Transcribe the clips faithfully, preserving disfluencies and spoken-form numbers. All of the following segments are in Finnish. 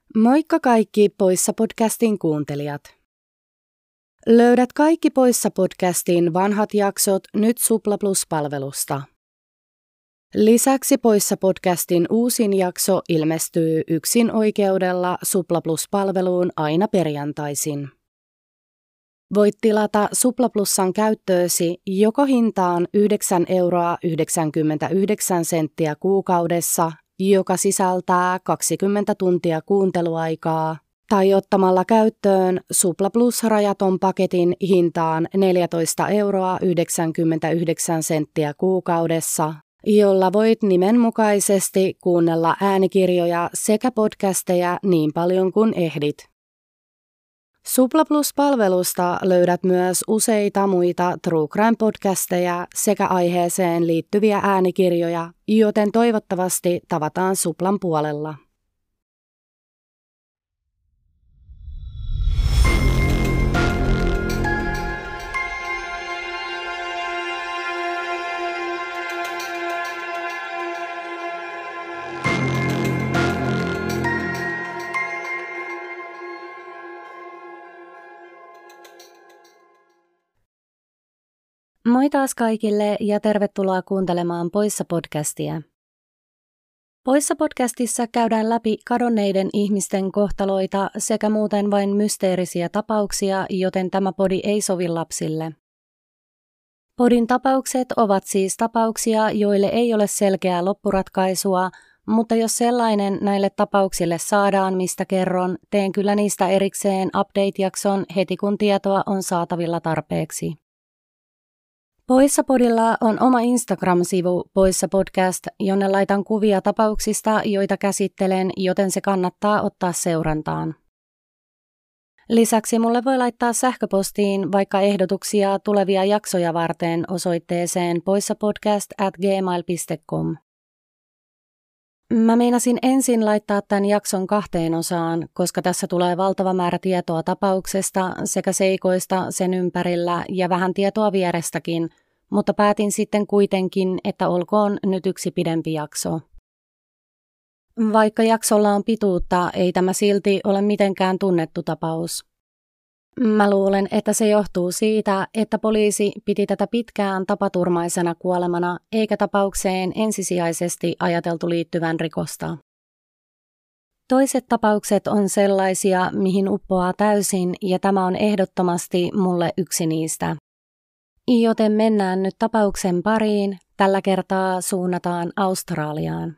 Moikka kaikki Poissa-podcastin kuuntelijat. Löydät kaikki Poissa-podcastin vanhat jaksot nyt Supla Plus-palvelusta. Lisäksi Poissa-podcastin uusin jakso ilmestyy yksin oikeudella Supla Plus-palveluun aina perjantaisin. Voit tilata Supla Plusan käyttöösi joko hintaan yhdeksän euroa yhdeksänkymmentäyhdeksän senttiä kuukaudessa, joka sisältää kaksikymmentä tuntia kuunteluaikaa, tai ottamalla käyttöön Supla Plus rajaton paketin hintaan neljätoista euroa yhdeksänkymmentäyhdeksän senttiä kuukaudessa, jolla voit nimenmukaisesti kuunnella äänikirjoja sekä podcasteja niin paljon kuin ehdit. Supla Plus-palvelusta löydät myös useita muita True Crime-podcasteja sekä aiheeseen liittyviä äänikirjoja, joten toivottavasti tavataan Suplan puolella. Moi taas kaikille ja tervetuloa kuuntelemaan Poissa-podcastia. Poissa-podcastissa käydään läpi kadonneiden ihmisten kohtaloita sekä muuten vain mysteerisiä tapauksia, joten tämä podi ei sovi lapsille. Podin tapaukset ovat siis tapauksia, joille ei ole selkeää loppuratkaisua, mutta jos sellainen näille tapauksille saadaan, mistä kerron, teen kyllä niistä erikseen update-jakson heti kun tietoa on saatavilla tarpeeksi. Poissa-podilla on oma Instagram-sivu Poissa Podcast, jonne laitan kuvia tapauksista, joita käsittelen, joten se kannattaa ottaa seurantaan. Lisäksi mulle voi laittaa sähköpostiin vaikka ehdotuksia tulevia jaksoja varten osoitteeseen poissapodcast at gmail piste com. Mä meinasin ensin laittaa tämän jakson kahteen osaan, koska tässä tulee valtava määrä tietoa tapauksesta sekä seikoista sen ympärillä ja vähän tietoa vierestäkin, mutta päätin sitten kuitenkin, että olkoon nyt yksi pidempi jakso. Vaikka jaksolla on pituutta, ei tämä silti ole mitenkään tunnettu tapaus. Mä luulen, että se johtuu siitä, että poliisi piti tätä pitkään tapaturmaisena kuolemana, eikä tapaukseen ensisijaisesti ajateltu liittyvän rikosta. Toiset tapaukset on sellaisia, mihin uppoaa täysin, ja tämä on ehdottomasti mulle yksi niistä. Joten mennään nyt tapauksen pariin, tällä kertaa suunnataan Australiaan.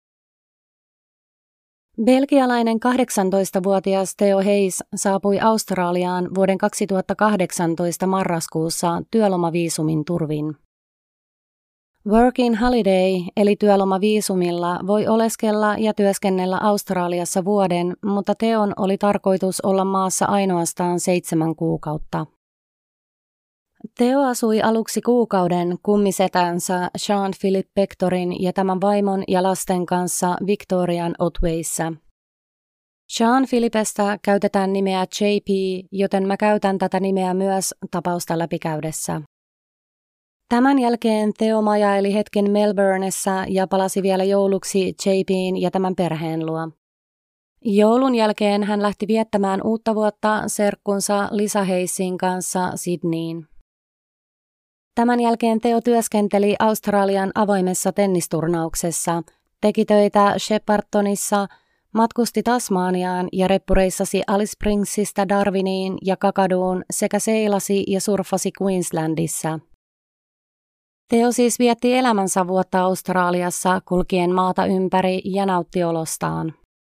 Belgialainen kahdeksantoistavuotias Theo Hayes saapui Australiaan vuoden kaksituhattakahdeksantoista marraskuussa työlomaviisumin turvin. Working Holiday eli työlomaviisumilla voi oleskella ja työskennellä Australiassa vuoden, mutta Theon oli tarkoitus olla maassa ainoastaan seitsemän kuukautta. Theo asui aluksi kuukauden kummisetänsä Sean Philip Pectorin ja tämän vaimon ja lasten kanssa Victorian Otwayssa. Sean Philipestä käytetään nimeä J P, joten mä käytän tätä nimeä myös tapausta läpikäydessä. Tämän jälkeen Theo majaili hetken Melbourneessa ja palasi vielä jouluksi J P:n ja tämän perheen luo. Joulun jälkeen hän lähti viettämään uutta vuotta serkkunsa Lisa Hayesin kanssa Sydneyin. Tämän jälkeen Theo työskenteli Australian avoimessa tennisturnauksessa, teki töitä Sheppartonissa, matkusti Tasmaniaan ja reppureissasi Alice Springsista Darwiniin ja Kakaduun sekä seilasi ja surffasi Queenslandissa. Theo siis vietti elämänsä vuotta Australiassa kulkien maata ympäri ja nautti olostaan.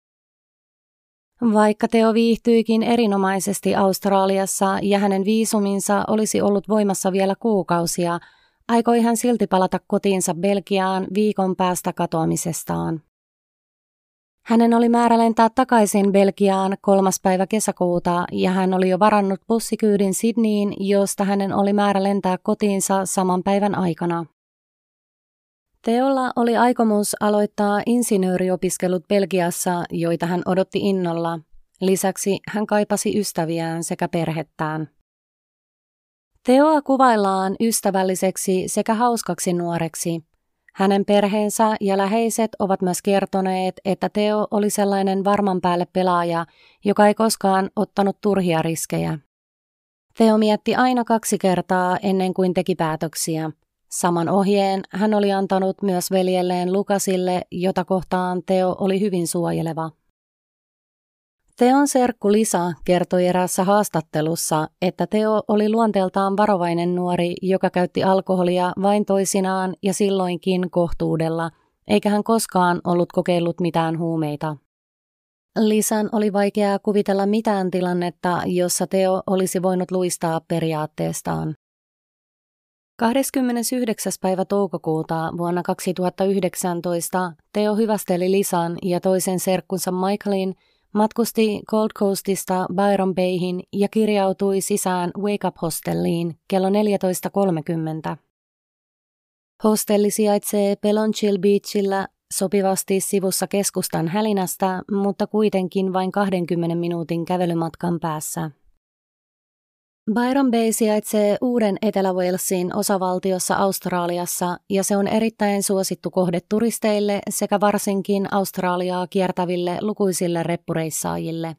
Vaikka Theo viihtyikin erinomaisesti Australiassa ja hänen viisuminsa olisi ollut voimassa vielä kuukausia, aikoi hän silti palata kotiinsa Belgiaan viikon päästä katoamisestaan. Hänen oli määrä lentää takaisin Belgiaan kolmas päivä kesäkuuta ja hän oli jo varannut bussikyydin Sydneyin, josta hänen oli määrä lentää kotiinsa saman päivän aikana. Theolla oli aikomus aloittaa insinööriopiskelut Belgiassa, joita hän odotti innolla. Lisäksi hän kaipasi ystäviään sekä perhettään. Theoa kuvaillaan ystävälliseksi sekä hauskaksi nuoreksi. Hänen perheensä ja läheiset ovat myös kertoneet, että Theo oli sellainen varman päälle pelaaja, joka ei koskaan ottanut turhia riskejä. Theo mietti aina kaksi kertaa ennen kuin teki päätöksiä. Saman ohjeen hän oli antanut myös veljelleen Lukasille, jota kohtaan Theo oli hyvin suojeleva. Theon serkku Lisa kertoi eräässä haastattelussa, että Theo oli luonteeltaan varovainen nuori, joka käytti alkoholia vain toisinaan ja silloinkin kohtuudella, eikä hän koskaan ollut kokeillut mitään huumeita. Lisan oli vaikeaa kuvitella mitään tilannetta, jossa Theo olisi voinut luistaa periaatteestaan. kahdeskymmenesyhdeksäs päivä toukokuuta vuonna kaksituhattayhdeksäntoista Theo hyvästeli Lisan ja toisen serkkunsa Michaelin, matkusti Gold Coastista Byron Bayhin ja kirjautui sisään Wake Up-hostelliin kello neljätoista kolmekymmentä. Hostelli sijaitsee Pelonchill Beachillä sopivasti sivussa keskustan hälinästä, mutta kuitenkin vain kahdenkymmenen minuutin kävelymatkan päässä. Byron Bay sijaitsee uuden Etelä-Walesin osavaltiossa Australiassa ja se on erittäin suosittu kohde turisteille sekä varsinkin Australiaa kiertäville lukuisille reppureissaajille.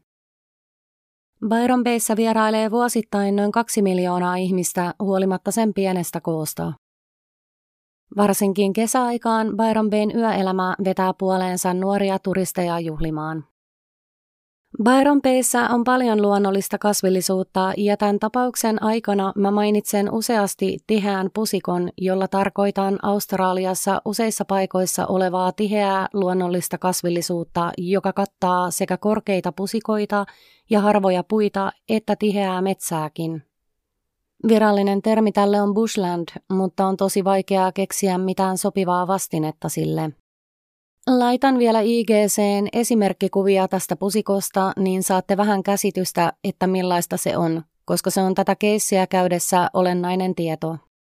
Byron Bayssä vierailee vuosittain noin kaksi miljoonaa ihmistä huolimatta sen pienestä koosta. Varsinkin kesäaikaan Byron Bayn yöelämä vetää puoleensa nuoria turisteja juhlimaan. Byron Bayssä on paljon luonnollista kasvillisuutta ja tämän tapauksen aikana mä mainitsen useasti tiheän pusikon, jolla tarkoitan Australiassa useissa paikoissa olevaa tiheää luonnollista kasvillisuutta, joka kattaa sekä korkeita pusikoita ja harvoja puita että tiheää metsääkin. Virallinen termi tälle on bushland, mutta on tosi vaikeaa keksiä mitään sopivaa vastinetta sille. Laitan vielä I G C:n esimerkkikuvia tästä pusikosta, niin saatte vähän käsitystä, että millaista se on, koska se on tätä keissiä käydessä olennainen tieto.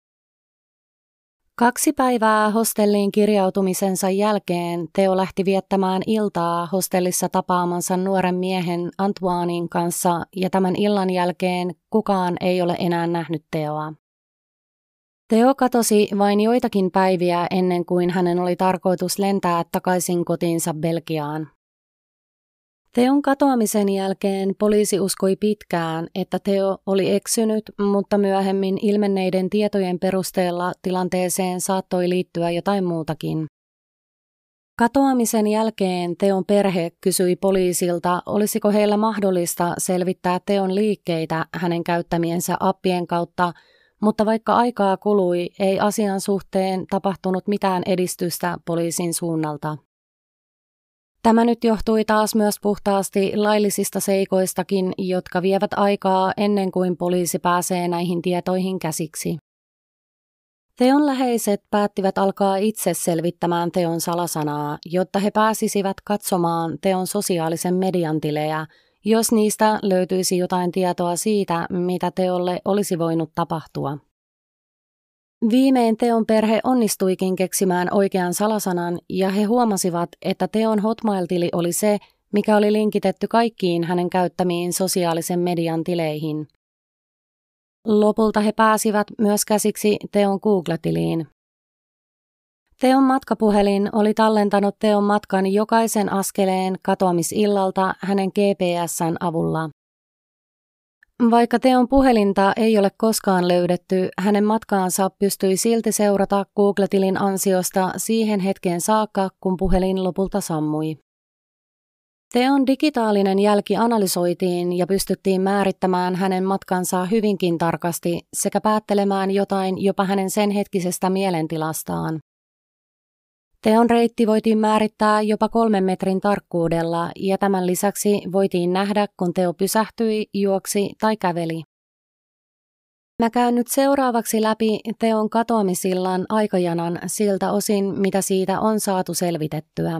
Kaksi päivää hostelliin kirjautumisensa jälkeen Theo lähti viettämään iltaa hostellissa tapaamansa nuoren miehen Antoinin kanssa ja tämän illan jälkeen kukaan ei ole enää nähnyt Theoa. Theo katosi vain joitakin päiviä ennen kuin hänen oli tarkoitus lentää takaisin kotiinsa Belgiaan. Theon katoamisen jälkeen poliisi uskoi pitkään, että Theo oli eksynyt, mutta myöhemmin ilmenneiden tietojen perusteella tilanteeseen saattoi liittyä jotain muutakin. Katoamisen jälkeen Theon perhe kysyi poliisilta, olisiko heillä mahdollista selvittää Theon liikkeitä hänen käyttämiensä appien kautta, mutta vaikka aikaa kului, ei asian suhteen tapahtunut mitään edistystä poliisin suunnalta. Tämä nyt johtui taas myös puhtaasti laillisista seikoistakin, jotka vievät aikaa ennen kuin poliisi pääsee näihin tietoihin käsiksi. Theon läheiset päättivät alkaa itse selvittämään Theon salasanaa, jotta he pääsisivät katsomaan Theon sosiaalisen median tilejä, jos niistä löytyisi jotain tietoa siitä, mitä Theolle olisi voinut tapahtua. Viimein Theon perhe onnistuikin keksimään oikean salasanan ja he huomasivat, että Theon Hotmail-tili oli se, mikä oli linkitetty kaikkiin hänen käyttämiin sosiaalisen median tileihin. Lopulta he pääsivät myös käsiksi Theon Google-tiliin. Theon matkapuhelin oli tallentanut Theon matkan jokaisen askeleen katoamisillalta hänen G P S:n avulla. Vaikka Theon puhelinta ei ole koskaan löydetty, hänen matkaansa pystyi silti seurata Google-tilin ansiosta siihen hetkeen saakka, kun puhelin lopulta sammui. Theon digitaalinen jälki analysoitiin ja pystyttiin määrittämään hänen matkansa hyvinkin tarkasti sekä päättelemään jotain jopa hänen sen hetkisestä mielentilastaan. Theon reitti voitiin määrittää jopa kolmen metrin tarkkuudella ja tämän lisäksi voitiin nähdä, kun Theo pysähtyi, juoksi tai käveli. Mä käyn nyt seuraavaksi läpi Theon katoamisillan aikajanan siltä osin, mitä siitä on saatu selvitettyä.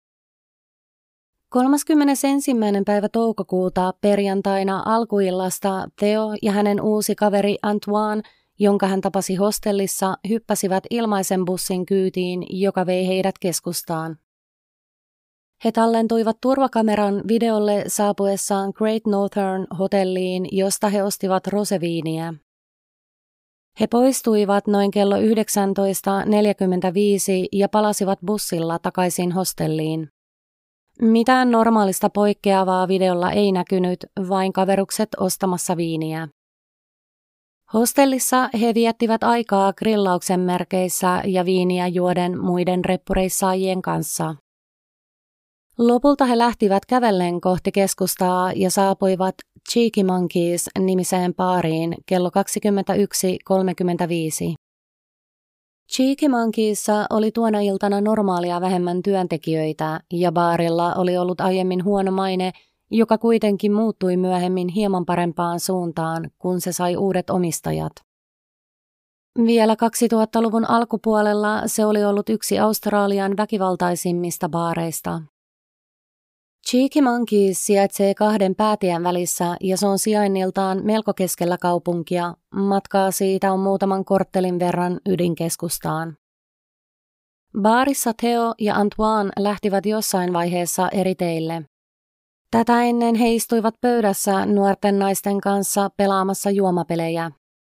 kolmaskymmenesensimmäinen päivä toukokuuta perjantaina alkuillasta Theo ja hänen uusi kaveri Antoine, jonka hän tapasi hostellissa, hyppäsivät ilmaisen bussin kyytiin, joka vei heidät keskustaan. He tallentuivat turvakameran videolle saapuessaan Great Northern hotelliin, josta he ostivat roseviiniä. He poistuivat noin kello yhdeksäntoista neljäkymmentäviisi ja palasivat bussilla takaisin hostelliin. Mitään normaalista poikkeavaa videolla ei näkynyt, vain kaverukset ostamassa viiniä. Hostellissa he viettivät aikaa grillauksen merkeissä ja viiniä juoden muiden reppureissaajien kanssa. Lopulta he lähtivät kävellen kohti keskustaa ja saapuivat Cheeky Monkeys-nimiseen baariin kello kaksikymmentäyksi kolmekymmentäviisi. Cheeky Monkeyssa oli tuona iltana normaalia vähemmän työntekijöitä ja baarilla oli ollut aiemmin huono maine, joka kuitenkin muuttui myöhemmin hieman parempaan suuntaan, kun se sai uudet omistajat. Vielä kaksituhattaluvun alkupuolella se oli ollut yksi Australian väkivaltaisimmista baareista. Cheeky Monkeys sijaitsee kahden päätien välissä ja se on sijainniltaan melko keskellä kaupunkia. Matkaa siitä on muutaman korttelin verran ydinkeskustaan. Baarissa Theo ja Antoine lähtivät jossain vaiheessa eri teille. Tätä ennen he istuivat pöydässä nuorten naisten kanssa pelaamassa juomapelejä.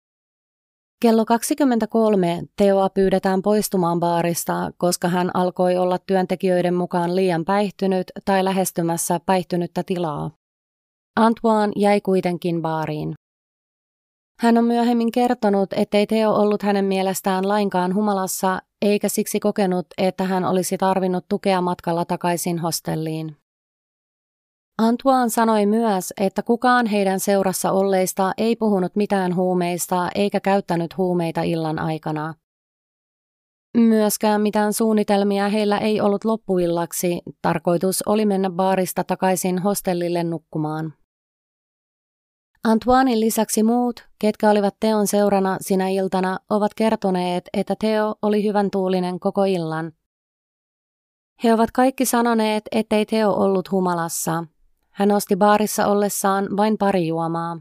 Kello kaksikymmentäkolme Theoa pyydetään poistumaan baarista, koska hän alkoi olla työntekijöiden mukaan liian päihtynyt tai lähestymässä päihtynyttä tilaa. Antoine jäi kuitenkin baariin. Hän on myöhemmin kertonut, ettei Theo ollut hänen mielestään lainkaan humalassa, eikä siksi kokenut, että hän olisi tarvinnut tukea matkalla takaisin hostelliin. Antoine sanoi myös, että kukaan heidän seurassa olleista ei puhunut mitään huumeista eikä käyttänyt huumeita illan aikana. Myöskään mitään suunnitelmia heillä ei ollut loppuillaksi, tarkoitus oli mennä baarista takaisin hostellille nukkumaan. Antoinin lisäksi muut, ketkä olivat Theon seurana sinä iltana, ovat kertoneet, että Theo oli hyvän tuulinen koko illan. He ovat kaikki sanoneet, ettei Theo ollut humalassa. Hän osti baarissa ollessaan vain pari juomaa.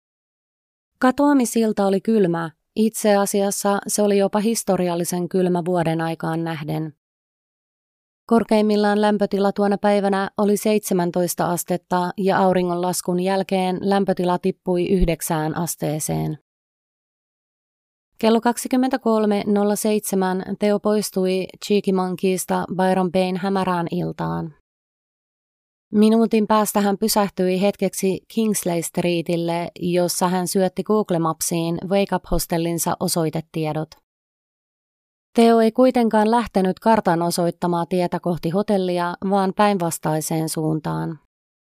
Katoamisilta oli kylmä. Itse asiassa se oli jopa historiallisen kylmä vuoden aikaan nähden. Korkeimmillaan lämpötila tuona päivänä oli seitsemäntoista astetta ja auringonlaskun jälkeen lämpötila tippui yhdeksään asteeseen. Kello kaksikymmentäkolme nolla seitsemän Theo poistui Cheeky Monkeysta Byron Bayn hämärään iltaan. Minuutin päästä hän pysähtyi hetkeksi Kingsley Streetille, jossa hän syötti Google Mapsiin Wake Up-hostellinsa osoitetiedot. Theo ei kuitenkaan lähtenyt kartan osoittamaa tietä kohti hotellia, vaan päinvastaiseen suuntaan.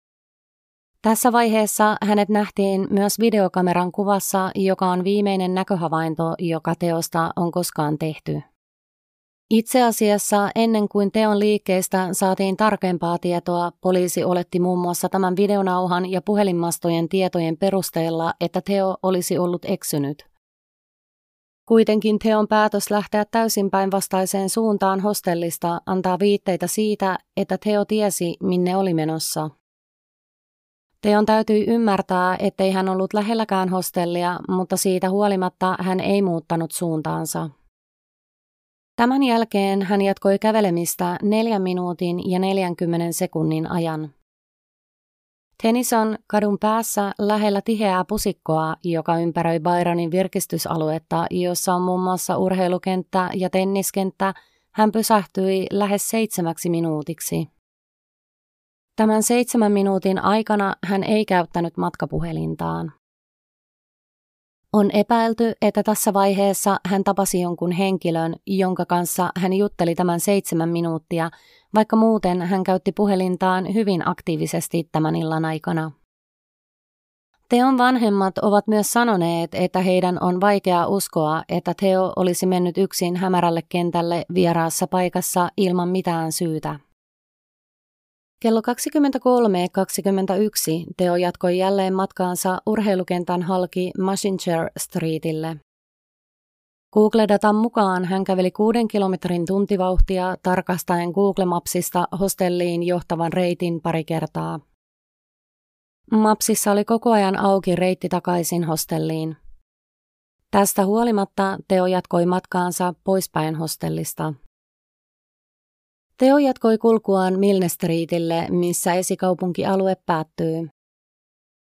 Tässä vaiheessa hänet nähtiin myös videokameran kuvassa, joka on viimeinen näköhavainto, joka Theosta on koskaan tehty. Itse asiassa ennen kuin Theon liikkeestä saatiin tarkempaa tietoa, poliisi oletti muun muassa tämän videonauhan ja puhelinmastojen tietojen perusteella, että Theo olisi ollut eksynyt. Kuitenkin Theon päätös lähteä täysin päinvastaiseen suuntaan hostellista antaa viitteitä siitä, että Theo tiesi, minne oli menossa. Theon täytyi ymmärtää, ettei hän ollut lähelläkään hostellia, mutta siitä huolimatta hän ei muuttanut suuntaansa. Tämän jälkeen hän jatkoi kävelemistä neljän minuutin ja neljänkymmenen sekunnin ajan. Tennyson kadun päässä lähellä tiheää pusikkoa, joka ympäröi Byronin virkistysaluetta, jossa on muun muassa urheilukenttä ja tenniskenttä, hän pysähtyi lähes seitsemäksi minuutiksi. Tämän seitsemän minuutin aikana hän ei käyttänyt matkapuhelintaan. On epäilty, että tässä vaiheessa hän tapasi jonkun henkilön, jonka kanssa hän jutteli tämän seitsemän minuuttia, vaikka muuten hän käytti puhelintaan hyvin aktiivisesti tämän illan aikana. Theon vanhemmat ovat myös sanoneet, että heidän on vaikea uskoa, että Theo olisi mennyt yksin hämärälle kentälle vieraassa paikassa ilman mitään syytä. Kello kaksikymmentäkolme kaksikymmentäyksi Theo jatkoi jälleen matkaansa urheilukentän halki Mashinger Streetille. Google-datan mukaan hän käveli kuuden kilometrin tuntivauhtia tarkastaen Google Mapsista hostelliin johtavan reitin pari kertaa. Mapsissa oli koko ajan auki reitti takaisin hostelliin. Tästä huolimatta Theo jatkoi matkaansa poispäin hostellista. Theo jatkoi kulkuaan Milne Streetille, missä esikaupunkialue päättyy.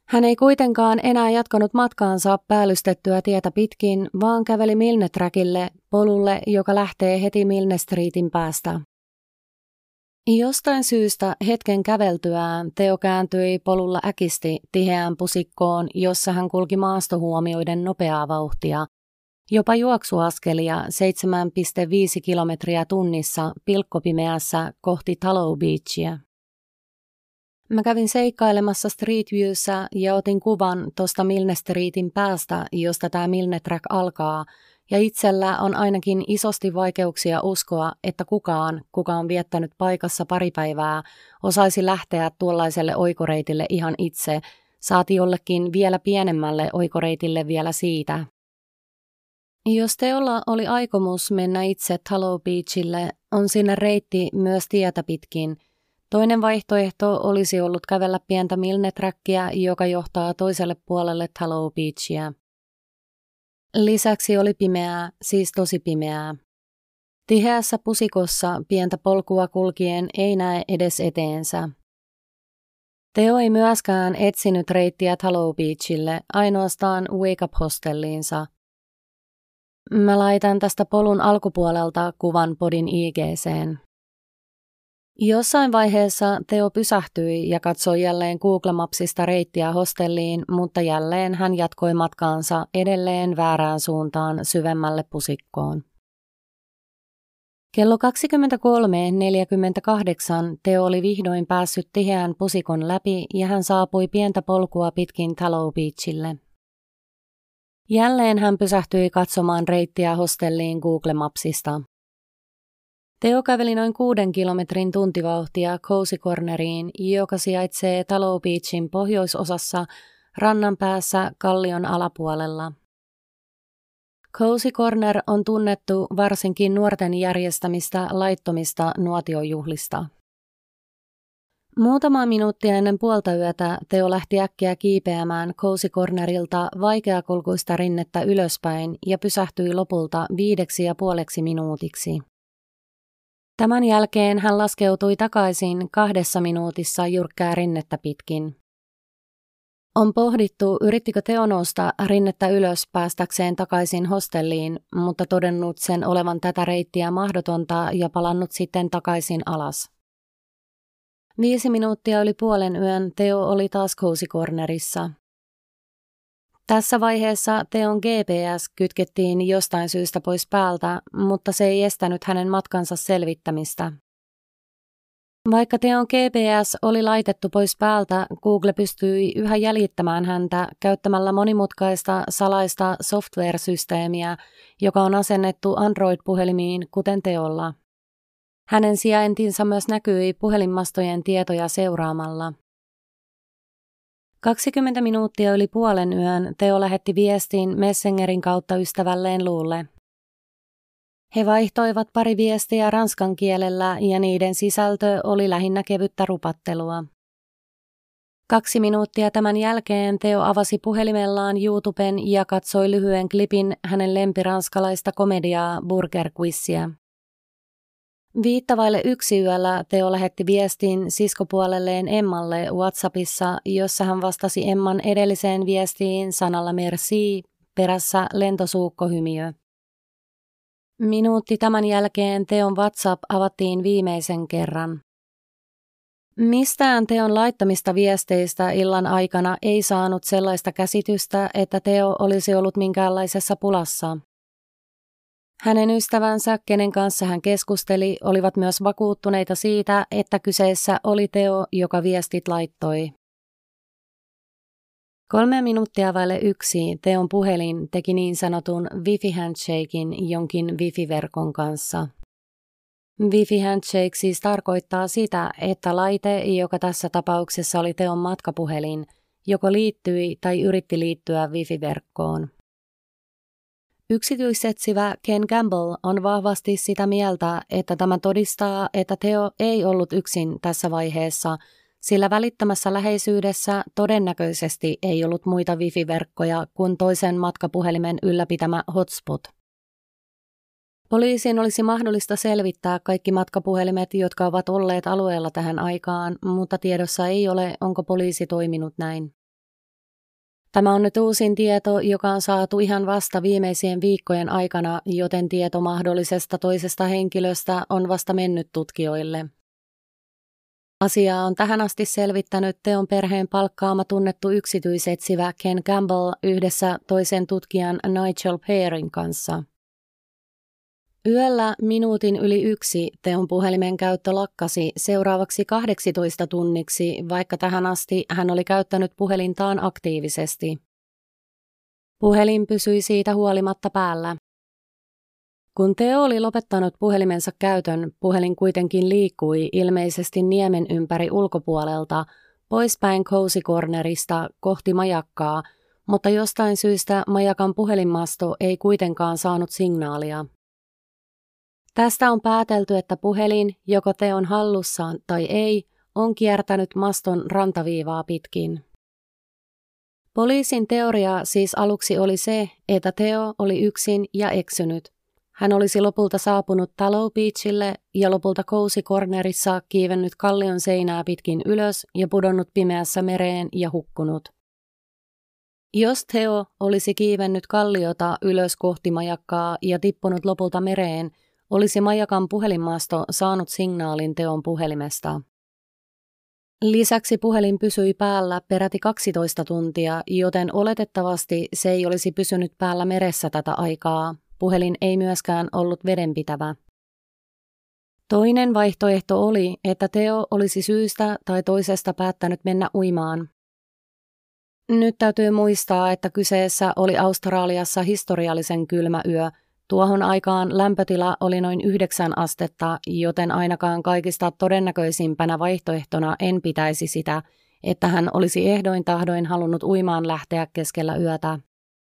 Hän ei kuitenkaan enää jatkanut matkaansa päällystettyä tietä pitkin, vaan käveli Milne Trackille, polulle, joka lähtee heti Milne Streetin päästä. Jostain syystä hetken käveltyään Theo kääntyi polulla äkisti tiheään pusikkoon, jossa hän kulki maastohuomioiden nopeaa vauhtia, jopa juoksuaskelia seitsemän pilkku viisi kilometriä tunnissa pilkkopimeässä kohti Tallow Beachia. Mä kävin seikkailemassa Street Viewssä ja otin kuvan tuosta Milne Streetin päästä, josta tämä Milne Track alkaa, ja itsellä on ainakin isosti vaikeuksia uskoa, että kukaan, kuka on viettänyt paikassa pari päivää, osaisi lähteä tuollaiselle oikoreitille ihan itse, saati jollekin vielä pienemmälle oikoreitille vielä siitä. Jos Theolla oli aikomus mennä itse Tallow Beachille, on sinne reitti myös tietä pitkin. Toinen vaihtoehto olisi ollut kävellä pientä Milne Trackia, joka johtaa toiselle puolelle Tallow Beachia. Lisäksi oli pimeää, siis tosi pimeää. Tiheässä pusikossa pientä polkua kulkien ei näe edes eteensä. Theo ei myöskään etsinyt reittiä Tallow Beachille, ainoastaan Wake Up-hostelliinsa. Mä laitan tästä polun alkupuolelta kuvan podin I G:seen. Jossain vaiheessa Theo pysähtyi ja katsoi jälleen Google Mapsista reittiä hostelliin, mutta jälleen hän jatkoi matkaansa edelleen väärään suuntaan syvemmälle pusikkoon. Kello kaksikymmentäkolme neljäkymmentäkahdeksan Theo oli vihdoin päässyt tiheän pusikon läpi ja hän saapui pientä polkua pitkin Tallow Beachille. Jälleen hän pysähtyi katsomaan reittiä hostelliin Google Mapsista. Theo käveli noin kuuden kilometrin tuntivauhtia Cozy Corneriin, joka sijaitsee Tallow Beachin pohjoisosassa rannan päässä kallion alapuolella. Cozy Corner on tunnettu varsinkin nuorten järjestämistä laittomista nuotiojuhlista. Muutama minuuttia ennen puolta yötä Theo lähti äkkiä kiipeämään Cozy Cornerilta vaikeakulkuista rinnettä ylöspäin ja pysähtyi lopulta viideksi ja puoleksi minuutiksi. Tämän jälkeen hän laskeutui takaisin kahdessa minuutissa jyrkkää rinnettä pitkin. On pohdittu, yrittikö Theo nousta rinnettä ylös päästäkseen takaisin hostelliin, mutta todennut sen olevan tätä reittiä mahdotonta ja palannut sitten takaisin alas. Viisi minuuttia yli puolen yön Theo oli taas Cozy Cornerissa. Tässä vaiheessa Theon G P S kytkettiin jostain syystä pois päältä, mutta se ei estänyt hänen matkansa selvittämistä. Vaikka Theon G P S oli laitettu pois päältä, Google pystyi yhä jäljittämään häntä käyttämällä monimutkaista salaista software-systeemiä, joka on asennettu Android-puhelimiin kuten Theolla. Hänen sijaintinsa myös näkyi puhelinmastojen tietoja seuraamalla. kaksikymmentä minuuttia yli puolen yön Theo lähetti viestin Messengerin kautta ystävälleen Luulle. He vaihtoivat pari viestiä ranskan kielellä ja niiden sisältö oli lähinnä kevyttä rupattelua. Kaksi minuuttia tämän jälkeen Theo avasi puhelimellaan YouTuben ja katsoi lyhyen klipin hänen lempiranskalaista komediaa Burger Quizia. Viittavaille yksi yöllä Theo lähetti viestin siskopuolelleen Emmalle WhatsAppissa, jossa hän vastasi Emman edelliseen viestiin sanalla merci, perässä lentosuukkohymiö. Minuutti tämän jälkeen Theon WhatsApp avattiin viimeisen kerran. Mistään Theon laittamista viesteistä illan aikana ei saanut sellaista käsitystä, että Theo olisi ollut minkäänlaisessa pulassa. Hänen ystävänsä, kenen kanssa hän keskusteli, olivat myös vakuuttuneita siitä, että kyseessä oli Theo, joka viestit laittoi. Kolme minuuttia vaille yksi Theon puhelin teki niin sanotun Wi-Fi-handshaken jonkin Wi-Fi-verkon kanssa. Wi-Fi-handshake siis tarkoittaa sitä, että laite, joka tässä tapauksessa oli Theon matkapuhelin, joko liittyi tai yritti liittyä Wi-Fi-verkkoon. Yksityisetsivä Ken Campbell on vahvasti sitä mieltä, että tämä todistaa, että Theo ei ollut yksin tässä vaiheessa, sillä välittömässä läheisyydessä todennäköisesti ei ollut muita wifi-verkkoja kuin toisen matkapuhelimen ylläpitämä hotspot. Poliisin olisi mahdollista selvittää kaikki matkapuhelimet, jotka ovat olleet alueella tähän aikaan, mutta tiedossa ei ole, onko poliisi toiminut näin. Tämä on nyt uusin tieto, joka on saatu ihan vasta viimeisien viikkojen aikana, joten tieto mahdollisesta toisesta henkilöstä on vasta mennyt tutkijoille. Asiaa on tähän asti selvittänyt Theon perheen palkkaama tunnettu yksityisetsivä Ken Campbell yhdessä toisen tutkijan Nigel Pearin kanssa. Yöllä minuutin yli yksi Theon puhelimen käyttö lakkasi seuraavaksi kahdeksantoista tunniksi, vaikka tähän asti hän oli käyttänyt puhelintaan aktiivisesti. Puhelin pysyi siitä huolimatta päällä. Kun Theo oli lopettanut puhelimensa käytön, puhelin kuitenkin liikkui ilmeisesti niemen ympäri ulkopuolelta, poispäin Cozy Cornerista kohti majakkaa, mutta jostain syystä majakan puhelinmasto ei kuitenkaan saanut signaalia. Tästä on päätelty, että puhelin, joko Theon hallussaan tai ei, on kiertänyt maston rantaviivaa pitkin. Poliisin teoria siis aluksi oli se, että Theo oli yksin ja eksynyt. Hän olisi lopulta saapunut Tallow Beachille ja lopulta Cozy Cornerissa kiivennyt kallion seinää pitkin ylös ja pudonnut pimeässä mereen ja hukkunut. Jos Theo olisi kiivennyt kalliota ylös kohti majakkaa ja tippunut lopulta mereen, olisi majakan puhelinmasto saanut signaalin Theon puhelimesta. Lisäksi puhelin pysyi päällä peräti kaksitoista tuntia, joten oletettavasti se ei olisi pysynyt päällä meressä tätä aikaa. Puhelin ei myöskään ollut vedenpitävä. Toinen vaihtoehto oli, että Theo olisi syystä tai toisesta päättänyt mennä uimaan. Nyt täytyy muistaa, että kyseessä oli Australiassa historiallisen kylmä yö. Tuohon aikaan lämpötila oli noin yhdeksän astetta, joten ainakaan kaikista todennäköisimpänä vaihtoehtona en pitäisi sitä, että hän olisi ehdoin tahdoin halunnut uimaan lähteä keskellä yötä.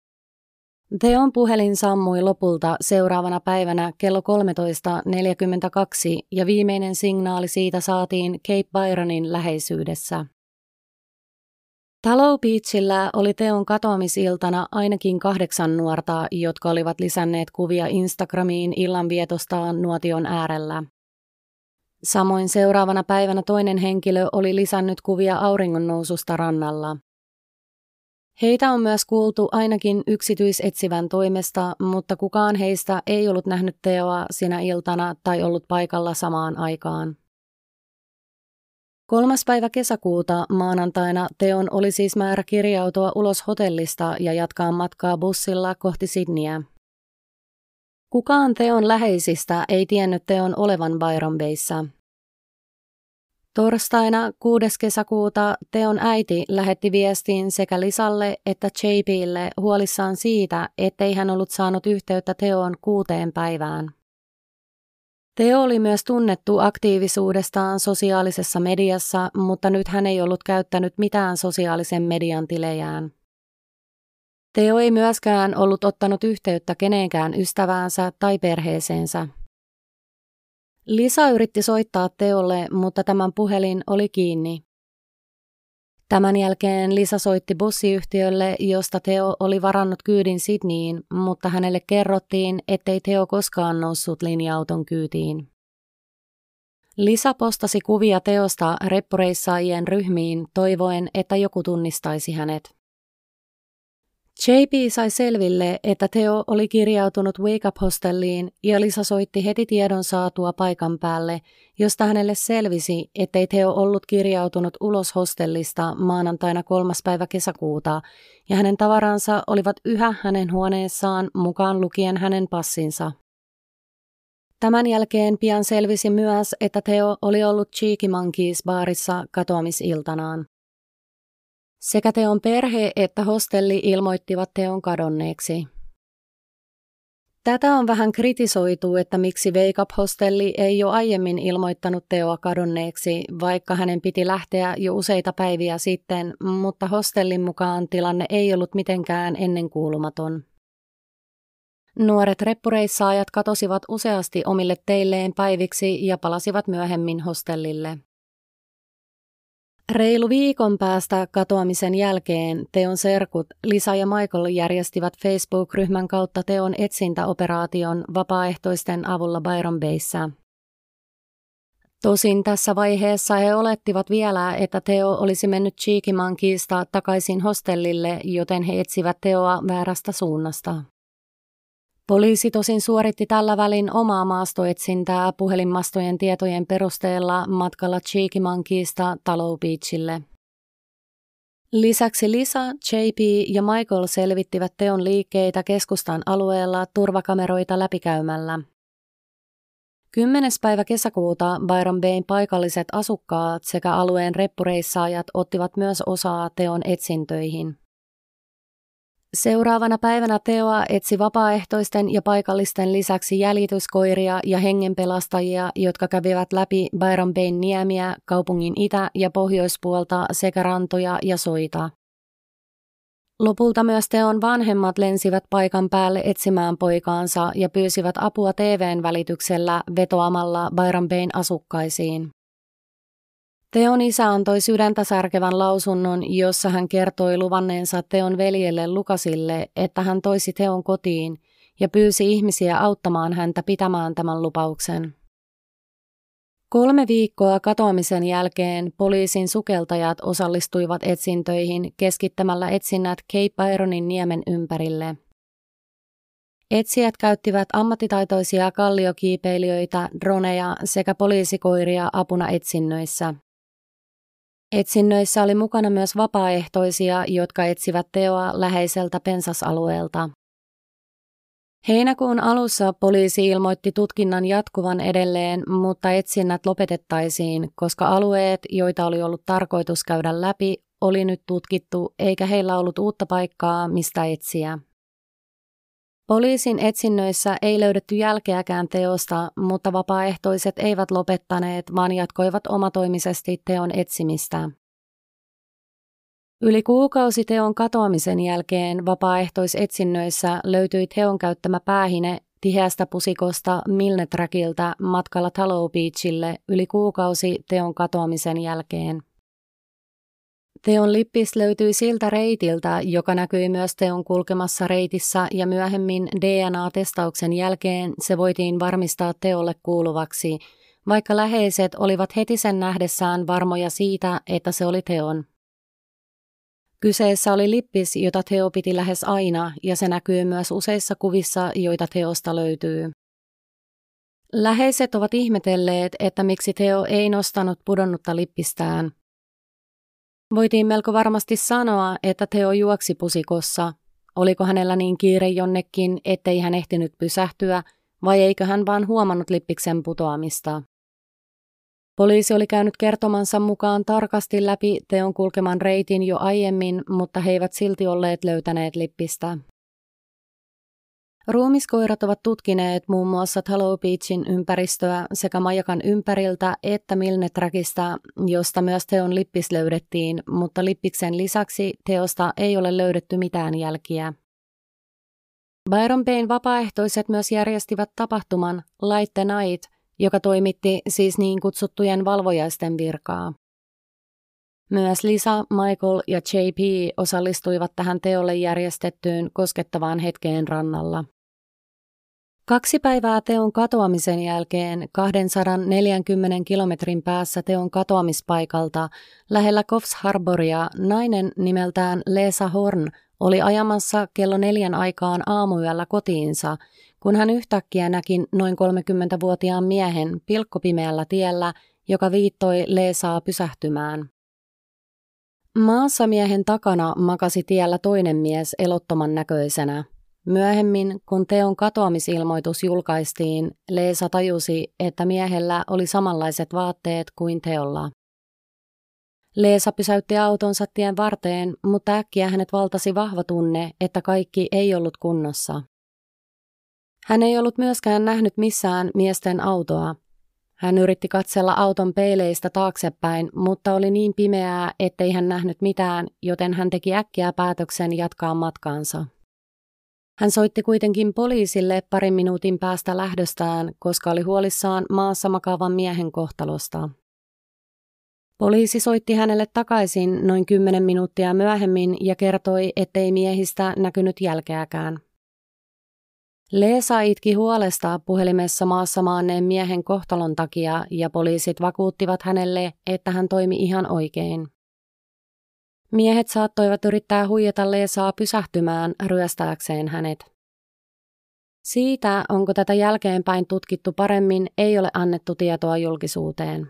Theon puhelin sammui lopulta seuraavana päivänä kello kolmetoista neljäkymmentäkaksi ja viimeinen signaali siitä saatiin Cape Byronin läheisyydessä. Tallow Beachillä oli Theon katoamisiltana ainakin kahdeksan nuorta, jotka olivat lisänneet kuvia Instagramiin illanvietostaan nuotion äärellä. Samoin seuraavana päivänä toinen henkilö oli lisännyt kuvia auringonnoususta rannalla. Heitä on myös kuultu ainakin yksityisetsivän toimesta, mutta kukaan heistä ei ollut nähnyt Theoa sinä iltana tai ollut paikalla samaan aikaan. Kolmas päivä kesäkuuta maanantaina Theon oli siis määrä kirjautua ulos hotellista ja jatkaa matkaa bussilla kohti Sydneyä. Kukaan Theon läheisistä ei tiennyt Theon olevan Byron Bayssä. Torstaina kuudes kesäkuuta Theon äiti lähetti viestin sekä Lisalle että J P:lle huolissaan siitä, ettei hän ollut saanut yhteyttä Theoon kuuteen päivään. Theo oli myös tunnettu aktiivisuudestaan sosiaalisessa mediassa, mutta nyt hän ei ollut käyttänyt mitään sosiaalisen median tilejään. Theo ei myöskään ollut ottanut yhteyttä keneenkään ystäväänsä tai perheeseensä. Lisa yritti soittaa Theolle, mutta tämän puhelin oli kiinni. Tämän jälkeen Lisa soitti bussiyhtiölle, josta Theo oli varannut kyydin Sydneyin, mutta hänelle kerrottiin, ettei Theo koskaan noussut linja-auton kyytiin. Lisa postasi kuvia Theosta reppureissaajien ryhmiin toivoen, että joku tunnistaisi hänet. J P sai selville, että Theo oli kirjautunut Wake Up-hostelliin ja Lisa soitti heti tiedon saatua paikan päälle, josta hänelle selvisi, ettei Theo ollut kirjautunut ulos hostellista maanantaina kolmas päivä kesäkuuta ja hänen tavaransa olivat yhä hänen huoneessaan mukaan lukien hänen passinsa. Tämän jälkeen pian selvisi myös, että Theo oli ollut Cheeky Monkeys baarissa katoamisiltanaan. Sekä Theon perhe että hostelli ilmoittivat Theon kadonneeksi. Tätä on vähän kritisoitu, että miksi Wake Up-hostelli ei jo aiemmin ilmoittanut Theoa kadonneeksi, vaikka hänen piti lähteä jo useita päiviä sitten, mutta hostellin mukaan tilanne ei ollut mitenkään ennenkuulumaton. Nuoret reppureissaajat katosivat useasti omille teilleen päiviksi ja palasivat myöhemmin hostellille. Reilu viikon päästä katoamisen jälkeen Theon serkut Lisa ja Michael järjestivät Facebook-ryhmän kautta Theon etsintäoperaation vapaaehtoisten avulla Byron Bayssä. Tosin tässä vaiheessa he olettivat vielä, että Theo olisi mennyt Cheeky Monkeysta takaisin hostellille, joten he etsivät Theoa väärästä suunnasta. Poliisi tosin suoritti tällä välin omaa maastoetsintää puhelinmastojen tietojen perusteella matkalla Cheeky Monkeysta Tallow Beachille. Lisäksi Lisa, J P ja Michael selvittivät Theon liikkeitä keskustan alueella turvakameroita läpikäymällä. kymmenes päivä kesäkuuta Byron Bayn paikalliset asukkaat sekä alueen reppureissaajat ottivat myös osaa Theon etsintöihin. Seuraavana päivänä Theoa etsi vapaaehtoisten ja paikallisten lisäksi jäljityskoiria ja hengenpelastajia, jotka kävivät läpi Byron Bayn niemiä, kaupungin itä- ja pohjoispuolta sekä rantoja ja soita. Lopulta myös Theon vanhemmat lensivät paikan päälle etsimään poikaansa ja pyysivät apua T V:n välityksellä vetoamalla Byron Bayn asukkaisiin. Theon isä antoi sydäntä särkevän lausunnon, jossa hän kertoi luvanneensa Theon veljelle Lucasille, että hän toisi Theon kotiin ja pyysi ihmisiä auttamaan häntä pitämään tämän lupauksen. Kolme viikkoa katoamisen jälkeen poliisin sukeltajat osallistuivat etsintöihin keskittämällä etsinnät Cape Byronin niemen ympärille. Etsijät käyttivät ammattitaitoisia kalliokiipeilijöitä, droneja sekä poliisikoiria apuna etsinnöissä. Etsinnöissä oli mukana myös vapaaehtoisia, jotka etsivät Theoa läheiseltä pensasalueelta. Heinäkuun alussa poliisi ilmoitti tutkinnan jatkuvan edelleen, mutta etsinnät lopetettaisiin, koska alueet, joita oli ollut tarkoitus käydä läpi, oli nyt tutkittu eikä heillä ollut uutta paikkaa, mistä etsiä. Poliisin etsinnöissä ei löydetty jälkeäkään Theosta, mutta vapaaehtoiset eivät lopettaneet, vaan jatkoivat omatoimisesti Theon etsimistä. Yli kuukausi Theon katoamisen jälkeen vapaaehtoisetsinnöissä löytyi Theon käyttämä päähine tiheästä pusikosta Milne Trackiltä matkalla Tallow Beachille yli kuukausi Theon katoamisen jälkeen. Theon lippis löytyi siltä reitiltä, joka näkyi myös Theon kulkemassa reitissä ja myöhemmin D N A-testauksen jälkeen se voitiin varmistaa Theolle kuuluvaksi, vaikka läheiset olivat heti sen nähdessään varmoja siitä, että se oli Theon. Kyseessä oli lippis, jota Theo piti lähes aina, ja se näkyy myös useissa kuvissa, joita Theosta löytyy. Läheiset ovat ihmetelleet, että miksi Theo ei nostanut pudonnutta lippistään. Voitiin melko varmasti sanoa, että Theo juoksi pusikossa. Oliko hänellä niin kiire jonnekin, ettei hän ehtinyt pysähtyä, vai eikö hän vaan huomannut lippiksen putoamista? Poliisi oli käynyt kertomansa mukaan tarkasti läpi Theon kulkeman reitin jo aiemmin, mutta he eivät silti olleet löytäneet lippistä. Ruumiskoirat ovat tutkineet muun muassa Tallow Beachin ympäristöä sekä majakan ympäriltä että Milne Trackista, josta myös Theon lippis löydettiin, mutta lippiksen lisäksi Theosta ei ole löydetty mitään jälkiä. Byron Bayn vapaaehtoiset myös järjestivät tapahtuman Light the Night, joka toimitti siis niin kutsuttujen valvojaisten virkaa. Myös Lisa, Michael ja J P osallistuivat tähän Theolle järjestettyyn koskettavaan hetkeen rannalla. Kaksi päivää Theon katoamisen jälkeen kaksisataaneljäkymmentä kilometrin päässä Theon katoamispaikalta lähellä Coffs Harboria nainen nimeltään Lisa Horn oli ajamassa kello neljän aikaan aamuyöllä kotiinsa, kun hän yhtäkkiä näki noin kolmekymmentävuotiaan miehen pilkkopimeällä tiellä, joka viittoi Lisaa pysähtymään. Maassa miehen takana makasi tiellä toinen mies elottoman näköisenä. Myöhemmin, kun Theon katoamisilmoitus julkaistiin, Lisa tajusi, että miehellä oli samanlaiset vaatteet kuin Theolla. Lisa pysäytti autonsa tien varteen, mutta äkkiä hänet valtasi vahva tunne, että kaikki ei ollut kunnossa. Hän ei ollut myöskään nähnyt missään miesten autoa. Hän yritti katsella auton peileistä taaksepäin, mutta oli niin pimeää, ettei hän nähnyt mitään, joten hän teki äkkiä päätöksen jatkaa matkaansa. Hän soitti kuitenkin poliisille parin minuutin päästä lähdöstään, koska oli huolissaan maassa makaavan miehen kohtalosta. Poliisi soitti hänelle takaisin noin kymmenen minuuttia myöhemmin ja kertoi, ettei miehistä näkynyt jälkeäkään. Leesa itki huolesta puhelimessa maassa maanneen miehen kohtalon takia ja poliisit vakuuttivat hänelle, että hän toimi ihan oikein. Miehet saattoivat yrittää huijata Leesaa pysähtymään ryöstääkseen hänet. Siitä, onko tätä jälkeenpäin tutkittu paremmin, ei ole annettu tietoa julkisuuteen.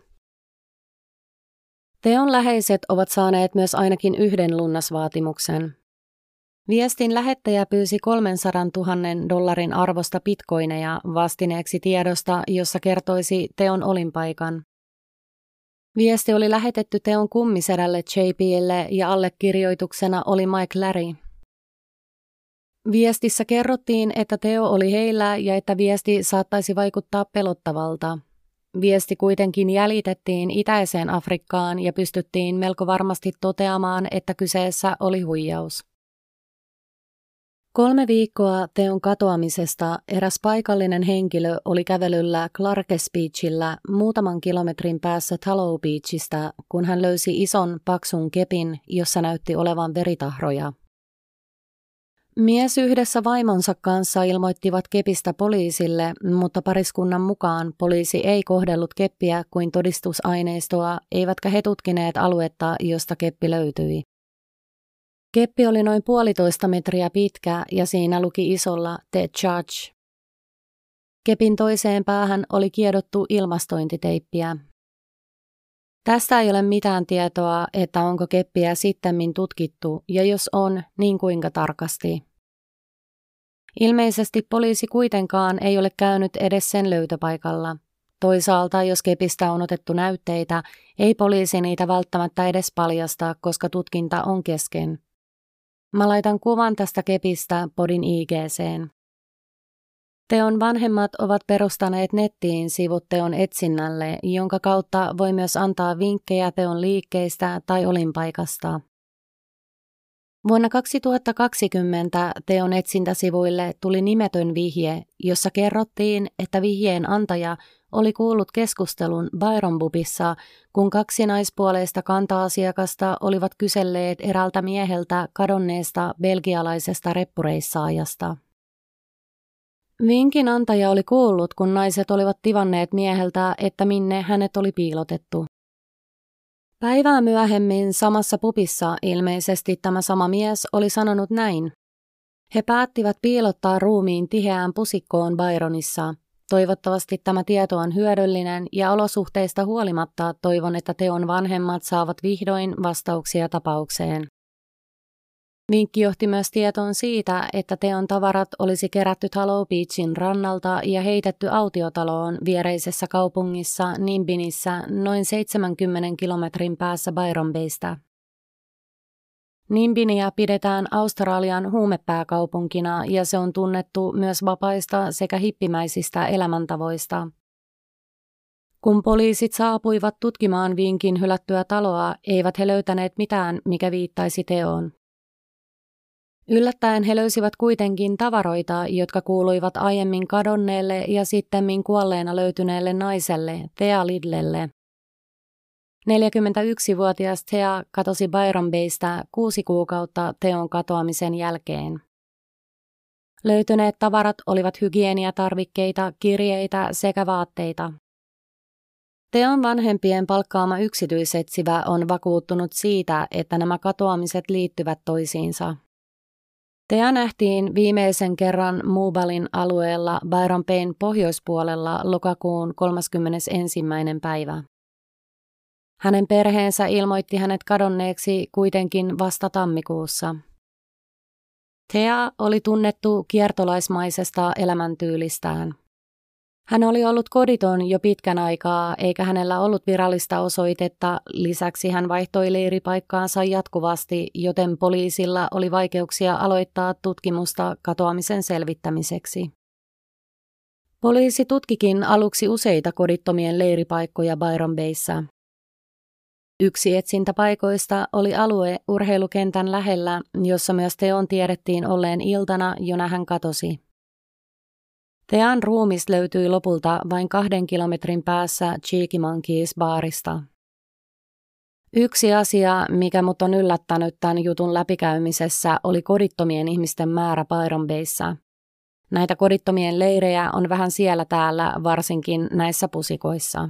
Teon läheiset ovat saaneet myös ainakin yhden lunnasvaatimuksen. Viestin lähettäjä pyysi kolmesataatuhatta dollarin arvosta bitcoineja vastineeksi tiedosta, jossa kertoisi teon olinpaikan. Viesti oli lähetetty teon kummisedälle J P:lle ja allekirjoituksena oli Mike Larry. Viestissä kerrottiin, että teo oli heillä ja että viesti saattaisi vaikuttaa pelottavalta. Viesti kuitenkin jäljitettiin itäiseen Afrikkaan ja pystyttiin melko varmasti toteamaan, että kyseessä oli huijaus. Kolme viikkoa teon katoamisesta eräs paikallinen henkilö oli kävelyllä Clarkes Beachillä muutaman kilometrin päässä Tallow Beachistä, kun hän löysi ison paksun kepin, jossa näytti olevan veritahroja. Mies yhdessä vaimonsa kanssa ilmoittivat kepistä poliisille, mutta pariskunnan mukaan poliisi ei kohdellut keppiä kuin todistusaineistoa, eivätkä he tutkineet aluetta, josta keppi löytyi. Keppi oli noin puolitoista metriä pitkä ja siinä luki isolla The Judge. Kepin toiseen päähän oli kiedottu ilmastointiteippiä. Tästä ei ole mitään tietoa, että onko keppiä sittemmin tutkittu ja jos on, niin kuinka tarkasti. Ilmeisesti poliisi kuitenkaan ei ole käynyt edes sen löytöpaikalla. Toisaalta, jos kepistä on otettu näytteitä, ei poliisi niitä välttämättä edes paljasta, koska tutkinta on kesken. Mä laitan kuvan tästä kepistä podin I G:seen. Teon vanhemmat ovat perustaneet nettiin sivut teon etsinnälle, jonka kautta voi myös antaa vinkkejä teon liikkeistä tai olinpaikasta. Vuonna kaksituhattakaksikymmentä teon etsintäsivuille tuli nimetön vihje, jossa kerrottiin, että vihjeen antaja oli kuullut keskustelun Byron pubissa, kun kaksi naispuoleista kanta-asiakasta olivat kyselleet eräältä mieheltä kadonneesta belgialaisesta reppureissaajasta. Vinkin antaja oli kuullut, kun naiset olivat tivanneet mieheltä, että minne hänet oli piilotettu. Päivää myöhemmin samassa pubissa ilmeisesti tämä sama mies oli sanonut näin. He päättivät piilottaa ruumiin tiheään pusikkoon Byronissa. Toivottavasti tämä tieto on hyödyllinen ja olosuhteista huolimatta toivon, että teon vanhemmat saavat vihdoin vastauksia tapaukseen. Vinkki johti myös tietoon siitä, että teon tavarat olisi kerätty Tallow Beachin rannalta ja heitetty autiotaloon viereisessä kaupungissa Nimbinissä noin seitsemänkymmenen kilometrin päässä Byron Baystä. Nimbinia pidetään Australian huumepääkaupunkina ja se on tunnettu myös vapaista sekä hippimäisistä elämäntavoista. Kun poliisit saapuivat tutkimaan Vinkin hylättyä taloa, eivät he löytäneet mitään, mikä viittaisi teoon. Yllättäen he löysivät kuitenkin tavaroita, jotka kuuluivat aiemmin kadonneelle ja sittemmin kuolleena löytyneelle naiselle, Thea Lidlelle. neljäkymmentäyksivuotias Thea katosi Byron Baystä kuusi kuukautta teon katoamisen jälkeen. Löytyneet tavarat olivat hygieniatarvikkeita, kirjeitä sekä vaatteita. Teon vanhempien palkkaama yksityisetsivä on vakuuttunut siitä, että nämä katoamiset liittyvät toisiinsa. Thea nähtiin viimeisen kerran Moobalin alueella Byron Bayn pohjoispuolella lokakuun kolmaskymmenesensimmäinen päivä. Hänen perheensä ilmoitti hänet kadonneeksi kuitenkin vasta tammikuussa. Thea oli tunnettu kiertolaismaisesta elämäntyylistään. Hän oli ollut koditon jo pitkän aikaa, eikä hänellä ollut virallista osoitetta, lisäksi hän vaihtoi leiripaikkaansa jatkuvasti, joten poliisilla oli vaikeuksia aloittaa tutkimusta katoamisen selvittämiseksi. Poliisi tutkikin aluksi useita kodittomien leiripaikkoja Byron Bayssä. Yksi etsintäpaikoista oli alue urheilukentän lähellä, jossa myös teon tiedettiin olleen iltana, jona hän katosi. Thean ruumis löytyi lopulta vain kahden kilometrin päässä Cheeky Monkeys-baarista. Yksi asia, mikä mut on yllättänyt tämän jutun läpikäymisessä, oli kodittomien ihmisten määrä Byron Bayssä. Näitä kodittomien leirejä on vähän siellä täällä, varsinkin näissä pusikoissa.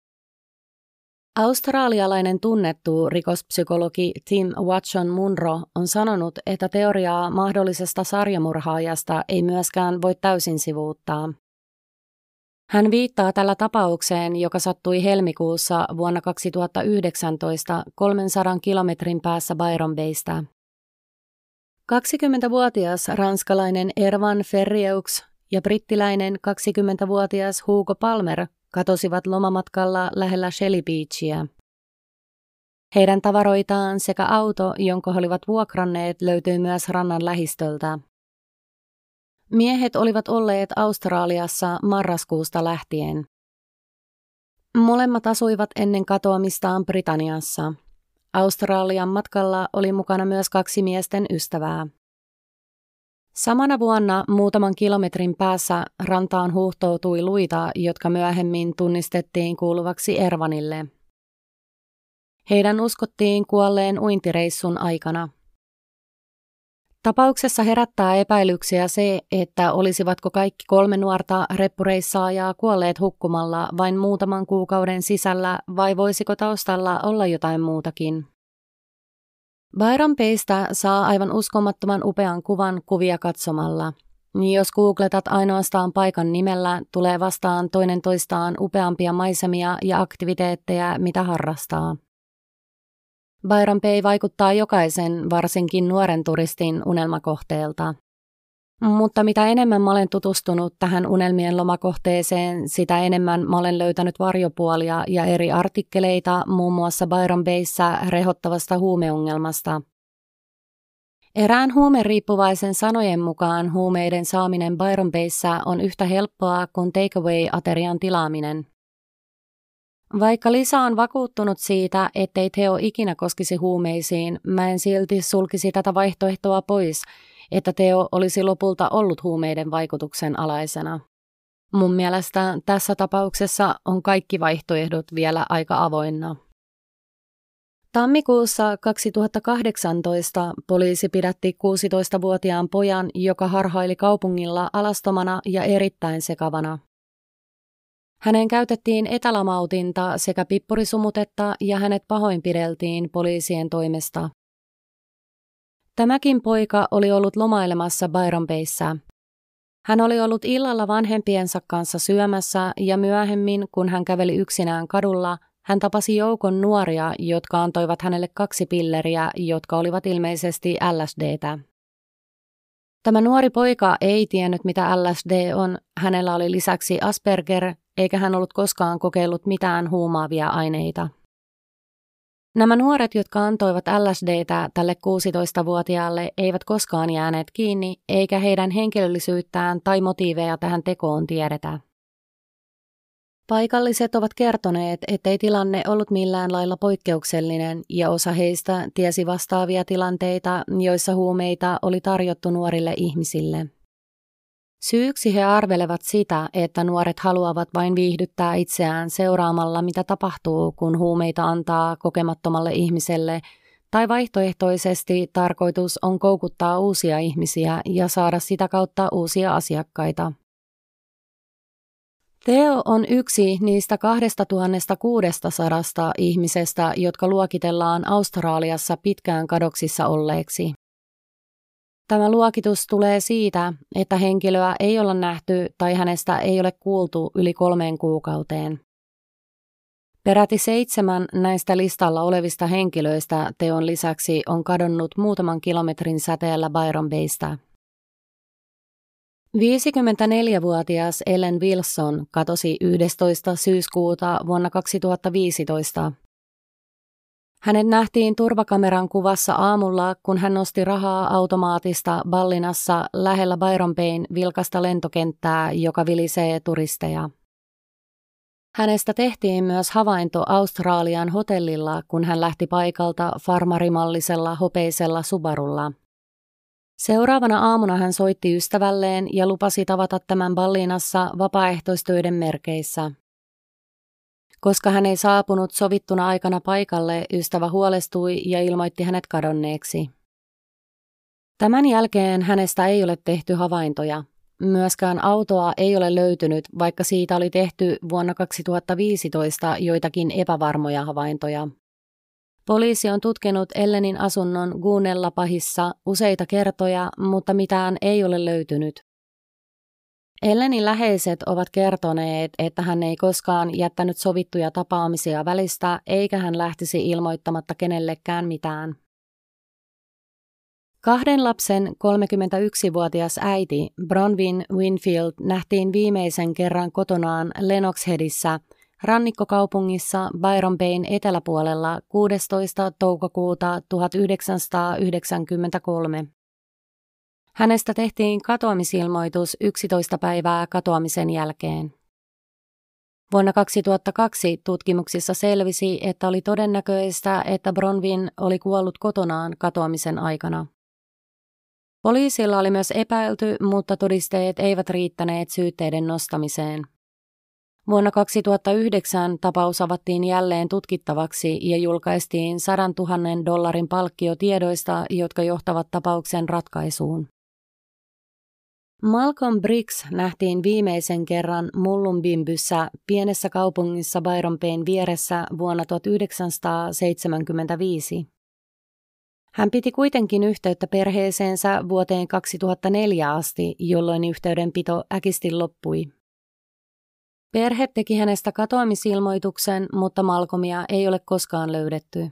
Australialainen tunnettu rikospsykologi Tim Watson Munro on sanonut, että teoriaa mahdollisesta sarjamurhaajasta ei myöskään voi täysin sivuuttaa. Hän viittaa tällä tapaukseen, joka sattui helmikuussa vuonna kaksituhattayhdeksäntoista kolmensadan kilometrin päässä Byron Baystä. kaksikymmentävuotias ranskalainen Erwan Ferrieux ja brittiläinen kaksikymmentävuotias Hugo Palmer katosivat lomamatkalla lähellä Shelly Beachia. Heidän tavaroitaan sekä auto, jonka he olivat vuokranneet, löytyi myös rannan lähistöltä. Miehet olivat olleet Australiassa marraskuusta lähtien. Molemmat asuivat ennen katoamistaan Britanniassa. Australian matkalla oli mukana myös kaksi miesten ystävää. Samana vuonna muutaman kilometrin päässä rantaan huuhtoutui luita, jotka myöhemmin tunnistettiin kuuluvaksi Erwanille. Heidän uskottiin kuolleen uintireissun aikana. Tapauksessa herättää epäilyksiä se, että olisivatko kaikki kolme nuorta reppureissaajaa kuolleet hukkumalla vain muutaman kuukauden sisällä vai voisiko taustalla olla jotain muutakin. Byron Baystä saa aivan uskomattoman upean kuvan kuvia katsomalla. Jos googletat ainoastaan paikan nimellä, tulee vastaan toinen toistaan upeampia maisemia ja aktiviteetteja, mitä harrastaa. Byron Bay vaikuttaa jokaisen, varsinkin nuoren turistin, unelmakohteelta. Mutta mitä enemmän mä olen tutustunut tähän unelmien lomakohteeseen, sitä enemmän mä olen löytänyt varjopuolia ja eri artikkeleita muun muassa Byron Bayssä rehottavasta huumeongelmasta. Erään huumeriippuvaisen sanojen mukaan huumeiden saaminen Byron Bayssä on yhtä helppoa kuin takeaway-aterian tilaaminen. Vaikka Lisa on vakuuttunut siitä, ettei Theo ikinä koskisi huumeisiin, mä en silti sulkisi tätä vaihtoehtoa pois, että Theo olisi lopulta ollut huumeiden vaikutuksen alaisena. Mun mielestä tässä tapauksessa on kaikki vaihtoehdot vielä aika avoinna. Tammikuussa kaksituhattakahdeksantoista poliisi pidätti kuusitoistavuotiaan pojan, joka harhaili kaupungilla alastomana ja erittäin sekavana. Hänen käytettiin etälamautinta sekä pippurisumutetta ja hänet pahoinpideltiin poliisien toimesta. Tämäkin poika oli ollut lomailemassa Byron Bayssä. Hän oli ollut illalla vanhempiensa kanssa syömässä ja myöhemmin, kun hän käveli yksinään kadulla, hän tapasi joukon nuoria, jotka antoivat hänelle kaksi pilleriä, jotka olivat ilmeisesti L S D:tä. Tämä nuori poika ei tiennyt, mitä L S D on, hänellä oli lisäksi Asperger, eikä hän ollut koskaan kokeillut mitään huumaavia aineita. Nämä nuoret, jotka antoivat L S D:tä tälle kuusitoistavuotiaalle, eivät koskaan jääneet kiinni, eikä heidän henkilöllisyyttään tai motiiveja tähän tekoon tiedetä. Paikalliset ovat kertoneet, ettei tilanne ollut millään lailla poikkeuksellinen, ja osa heistä tiesi vastaavia tilanteita, joissa huumeita oli tarjottu nuorille ihmisille. Syyksi he arvelevat sitä, että nuoret haluavat vain viihdyttää itseään seuraamalla, mitä tapahtuu, kun huumeita antaa kokemattomalle ihmiselle, tai vaihtoehtoisesti tarkoitus on koukuttaa uusia ihmisiä ja saada sitä kautta uusia asiakkaita. Theo on yksi niistä kaksituhattakuusisataa ihmisestä, jotka luokitellaan Australiassa pitkään kadoksissa olleeksi. Tämä luokitus tulee siitä, että henkilöä ei olla nähty tai hänestä ei ole kuultu yli kolmeen kuukauteen. Peräti seitsemän näistä listalla olevista henkilöistä Theon lisäksi on kadonnut muutaman kilometrin säteellä Byron Baystä. viisikymmentäneljävuotias Ellen Wilson katosi yhdestoista syyskuuta vuonna kaksituhattaviisitoista. Hänet nähtiin turvakameran kuvassa aamulla, kun hän nosti rahaa automaatista Ballinassa lähellä Byron Bayn vilkasta lentokenttää, joka vilisee turisteja. Hänestä tehtiin myös havainto Australian hotellilla, kun hän lähti paikalta farmarimallisella hopeisella Subarulla. Seuraavana aamuna hän soitti ystävälleen ja lupasi tavata tämän Ballinassa vapaaehtoistöiden merkeissä. Koska hän ei saapunut sovittuna aikana paikalle, ystävä huolestui ja ilmoitti hänet kadonneeksi. Tämän jälkeen hänestä ei ole tehty havaintoja. Myöskään autoa ei ole löytynyt, vaikka siitä oli tehty vuonna kaksituhattaviisitoista joitakin epävarmoja havaintoja. Poliisi on tutkinut Ellenin asunnon Goonellapahissa useita kertoja, mutta mitään ei ole löytynyt. Ellenin läheiset ovat kertoneet, että hän ei koskaan jättänyt sovittuja tapaamisia välistä eikä hän lähtisi ilmoittamatta kenellekään mitään. Kahden lapsen kolmekymmentäyksivuotias äiti Bronwyn Winfield nähtiin viimeisen kerran kotonaan Lenox Headissä rannikkokaupungissa Byron Bayn eteläpuolella kuudestoista toukokuuta tuhatyhdeksänsataayhdeksänkymmentäkolme. Hänestä tehtiin katoamisilmoitus yksitoista päivää katoamisen jälkeen. Vuonna kaksituhattakaksi tutkimuksissa selvisi, että oli todennäköistä, että Bronwyn oli kuollut kotonaan katoamisen aikana. Poliisilla oli myös epäilty, mutta todisteet eivät riittäneet syytteiden nostamiseen. Vuonna kaksituhattayhdeksän tapaus avattiin jälleen tutkittavaksi ja julkaistiin sadantuhannen dollarin palkkio tiedoista, jotka johtavat tapauksen ratkaisuun. Malcolm Briggs nähtiin viimeisen kerran Mullumbimbyssä pienessä kaupungissa Byron Bayn vieressä vuonna tuhatyhdeksänsataaseitsemänkymmentäviisi. Hän piti kuitenkin yhteyttä perheeseensä vuoteen kaksituhattaneljä asti, jolloin yhteydenpito äkisti loppui. Perhe teki hänestä katoamisilmoituksen, mutta Malcolmia ei ole koskaan löydetty.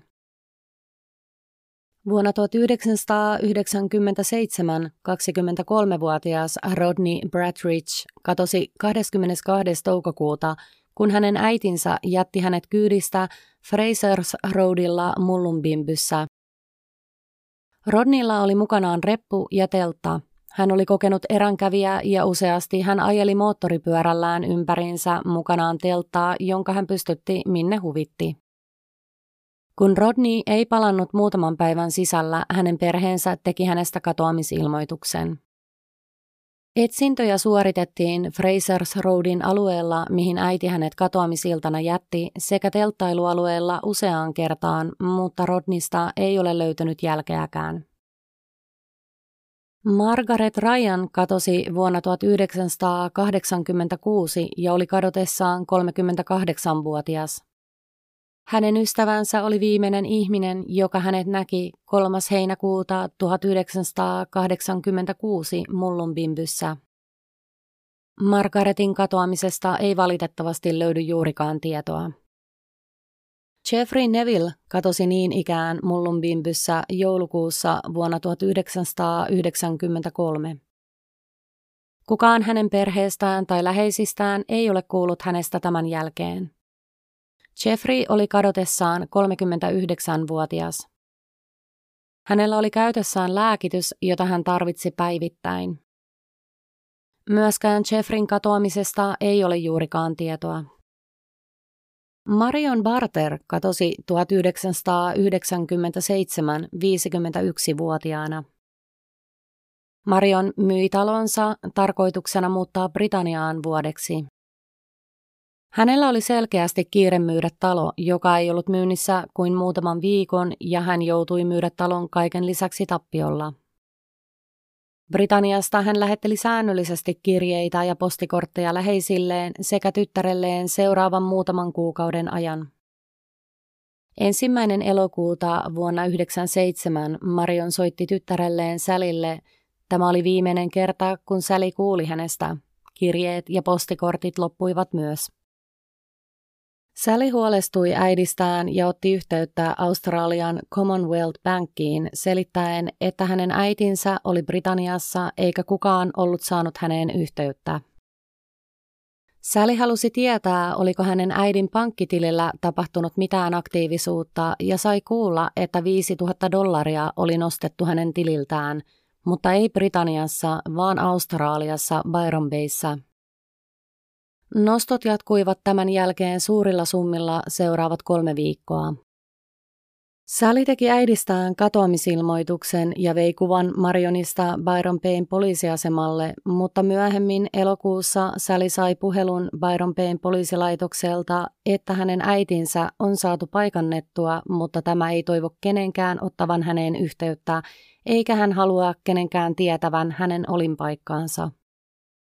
Vuonna tuhatyhdeksänsataayhdeksänkymmentäseitsemän kaksikymmentäkolmevuotias Rodney Bradridge katosi kahdeskymmenestoinen toukokuuta, kun hänen äitinsä jätti hänet kyydistä Frasers Roadilla Mullumbimbyssä. Rodneylla oli mukanaan reppu ja teltta. Hän oli kokenut eränkävijä ja useasti hän ajeli moottoripyörällään ympäriinsä mukanaan telttaa, jonka hän pystytti minne huvitti. Kun Rodney ei palannut muutaman päivän sisällä, hänen perheensä teki hänestä katoamisilmoituksen. Etsintöjä suoritettiin Frasers Roadin alueella, mihin äiti hänet katoamisiltana jätti, sekä telttailualueella useaan kertaan, mutta Rodneysta ei ole löytynyt jälkeäkään. Margaret Ryan katosi vuonna tuhatyhdeksänsataakahdeksankymmentäkuusi ja oli kadotessaan kolmekymmentäkahdeksanvuotias. Hänen ystävänsä oli viimeinen ihminen, joka hänet näki kolmas heinäkuuta tuhatyhdeksänsataakahdeksankymmentäkuusi Mullumbimbyssä. Margaretin katoamisesta ei valitettavasti löydy juurikaan tietoa. Jeffrey Neville katosi niin ikään Mullumbimbyssä joulukuussa vuonna tuhatyhdeksänsataayhdeksänkymmentäkolme. Kukaan hänen perheestään tai läheisistään ei ole kuullut hänestä tämän jälkeen. Jeffrey oli kadotessaan kolmekymmentäyhdeksänvuotias. Hänellä oli käytössään lääkitys, jota hän tarvitsi päivittäin. Myöskään Jeffreyn katoamisesta ei ole juurikaan tietoa. Marion Barter katosi tuhatyhdeksänsataayhdeksänkymmentäseitsemän viisikymmentäyksivuotiaana. Marion myi talonsa tarkoituksena muuttaa Britanniaan vuodeksi. Hänellä oli selkeästi kiire myydä talo, joka ei ollut myynnissä kuin muutaman viikon, ja hän joutui myydä talon kaiken lisäksi tappiolla. Britanniasta hän lähetteli säännöllisesti kirjeitä ja postikortteja läheisilleen sekä tyttärelleen seuraavan muutaman kuukauden ajan. Ensimmäinen elokuuta vuonna yhdeksänkymmentäseitsemän Marion soitti tyttärelleen Sallylle. Tämä oli viimeinen kerta, kun Sally kuuli hänestä. Kirjeet ja postikortit loppuivat myös. Sally huolestui äidistään ja otti yhteyttä Australian Commonwealth Bankiin selittäen, että hänen äitinsä oli Britanniassa eikä kukaan ollut saanut häneen yhteyttä. Sally halusi tietää, oliko hänen äidin pankkitilillä tapahtunut mitään aktiivisuutta ja sai kuulla, että viisituhatta dollaria oli nostettu hänen tililtään, mutta ei Britanniassa, vaan Australiassa Byron Bayssä. Nostot jatkuivat tämän jälkeen suurilla summilla seuraavat kolme viikkoa. Sally teki äidistään katoamisilmoituksen ja vei kuvan Marionista Byron Bayn poliisiasemalle, mutta myöhemmin elokuussa Sally sai puhelun Byron Bayn poliisilaitokselta, että hänen äitinsä on saatu paikannettua, mutta tämä ei toivo kenenkään ottavan häneen yhteyttä, eikä hän halua kenenkään tietävän hänen olinpaikkaansa.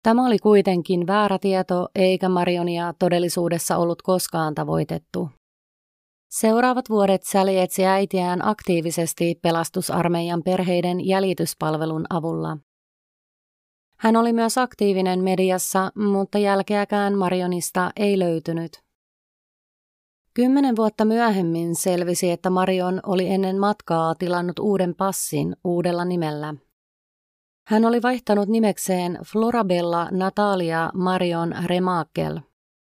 Tämä oli kuitenkin väärä tieto, eikä Marionia todellisuudessa ollut koskaan tavoitettu. Seuraavat vuodet Sally etsi äitiään aktiivisesti pelastusarmeijan perheiden jäljityspalvelun avulla. Hän oli myös aktiivinen mediassa, mutta jälkeäkään Marionista ei löytynyt. Kymmenen vuotta myöhemmin selvisi, että Marion oli ennen matkaa tilannut uuden passin uudella nimellä. Hän oli vaihtanut nimekseen Florabella Natalia Marion Remakel.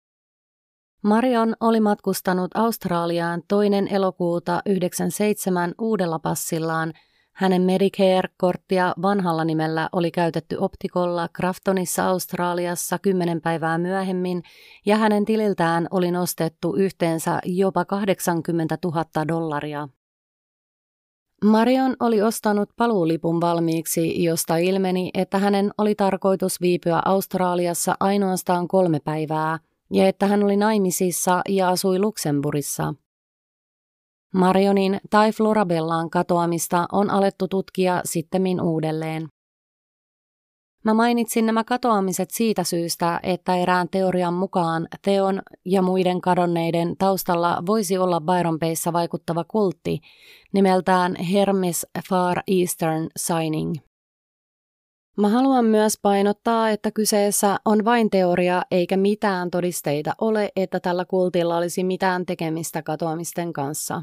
Marion oli matkustanut Australiaan toinen elokuuta yhdeksänkymmentäseitsemän uudella passillaan. Hänen Medicare-korttia vanhalla nimellä oli käytetty optikolla Graftonissa Australiassa kymmenen päivää myöhemmin ja hänen tililtään oli nostettu yhteensä jopa kahdeksankymmentätuhatta dollaria. Marion oli ostanut paluulipun valmiiksi, josta ilmeni, että hänen oli tarkoitus viipyä Australiassa ainoastaan kolme päivää ja että hän oli naimisissa ja asui Luxemburgissa. Marionin tai Florabellan katoamista on alettu tutkia sittemmin uudelleen. Mä mainitsin nämä katoamiset siitä syystä, että erään teorian mukaan Theon ja muiden kadonneiden taustalla voisi olla Byron Bayssä vaikuttava kultti nimeltään Hermes Far Eastern Shining. Mä haluan myös painottaa, että kyseessä on vain teoria eikä mitään todisteita ole, että tällä kultilla olisi mitään tekemistä katoamisten kanssa.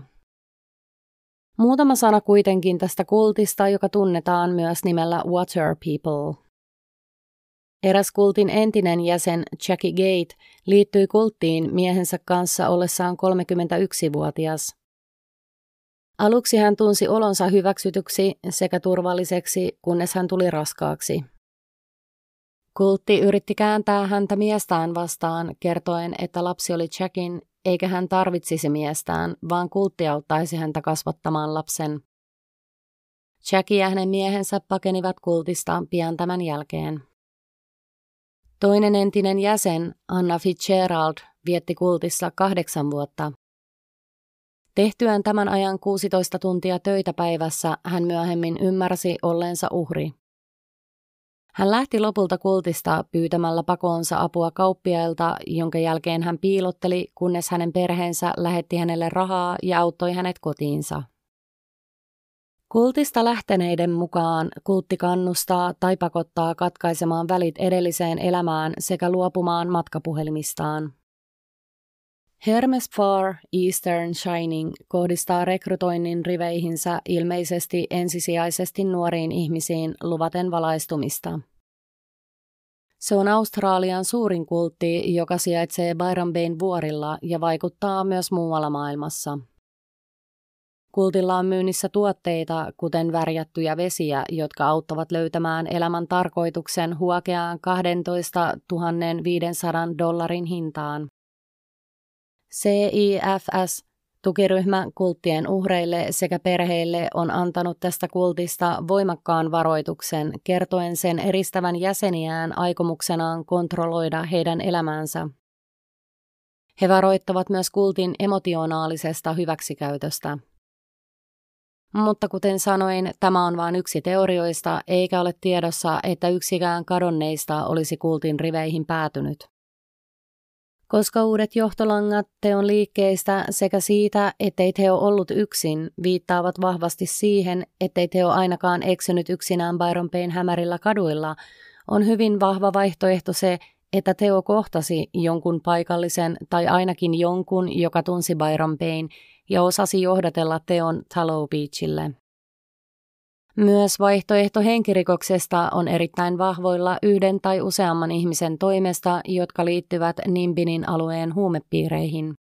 Muutama sana kuitenkin tästä kultista, joka tunnetaan myös nimellä Water People. Eräs kultin entinen jäsen Jackie Gate liittyi kulttiin miehensä kanssa ollessaan kolmekymmentäyksivuotias. Aluksi hän tunsi olonsa hyväksytyksi sekä turvalliseksi, kunnes hän tuli raskaaksi. Kultti yritti kääntää häntä miestään vastaan, kertoen, että lapsi oli Jackin, eikä hän tarvitsisi miestään, vaan kultti auttaisi häntä kasvattamaan lapsen. Jackie ja hänen miehensä pakenivat kultista pian tämän jälkeen. Toinen entinen jäsen, Anna Fitzgerald, vietti kultissa kahdeksan vuotta. Tehtyään tämän ajan kuusitoista tuntia töitä päivässä, hän myöhemmin ymmärsi olleensa uhri. Hän lähti lopulta kultista pyytämällä pakoonsa apua kauppiailta, jonka jälkeen hän piilotteli, kunnes hänen perheensä lähetti hänelle rahaa ja auttoi hänet kotiinsa. Kultista lähteneiden mukaan kultti kannustaa tai pakottaa katkaisemaan välit edelliseen elämään sekä luopumaan matkapuhelimistaan. Hermes Far Eastern Shining kohdistaa rekrytoinnin riveihinsä ilmeisesti ensisijaisesti nuoriin ihmisiin luvaten valaistumista. Se on Australian suurin kultti, joka sijaitsee Byron Bayn vuorilla ja vaikuttaa myös muualla maailmassa. Kultilla on myynnissä tuotteita, kuten värjättyjä vesiä, jotka auttavat löytämään elämän tarkoituksen huokeaan kaksitoistatuhatta viisisataa dollarin hintaan. C I F S, tukiryhmä kulttien uhreille sekä perheille, on antanut tästä kultista voimakkaan varoituksen, kertoen sen eristävän jäseniään aikomuksenaan kontrolloida heidän elämäänsä. He varoittavat myös kultin emotionaalisesta hyväksikäytöstä. Mutta kuten sanoin, tämä on vain yksi teorioista, eikä ole tiedossa, että yksikään kadonneista olisi kultin riveihin päätynyt. Koska uudet johtolangat Theon liikkeistä sekä siitä, ettei Theo ollut yksin, viittaavat vahvasti siihen, ettei Theo ainakaan eksynyt yksinään Byron Bayn hämärillä kaduilla, on hyvin vahva vaihtoehto se, että Theo kohtasi jonkun paikallisen tai ainakin jonkun, joka tunsi Byron Bayn ja osasi johdatella Theon Tallow Beachille. Myös vaihtoehto henkirikoksesta on erittäin vahvoilla yhden tai useamman ihmisen toimesta, jotka liittyvät Nimbinin alueen huumepiireihin.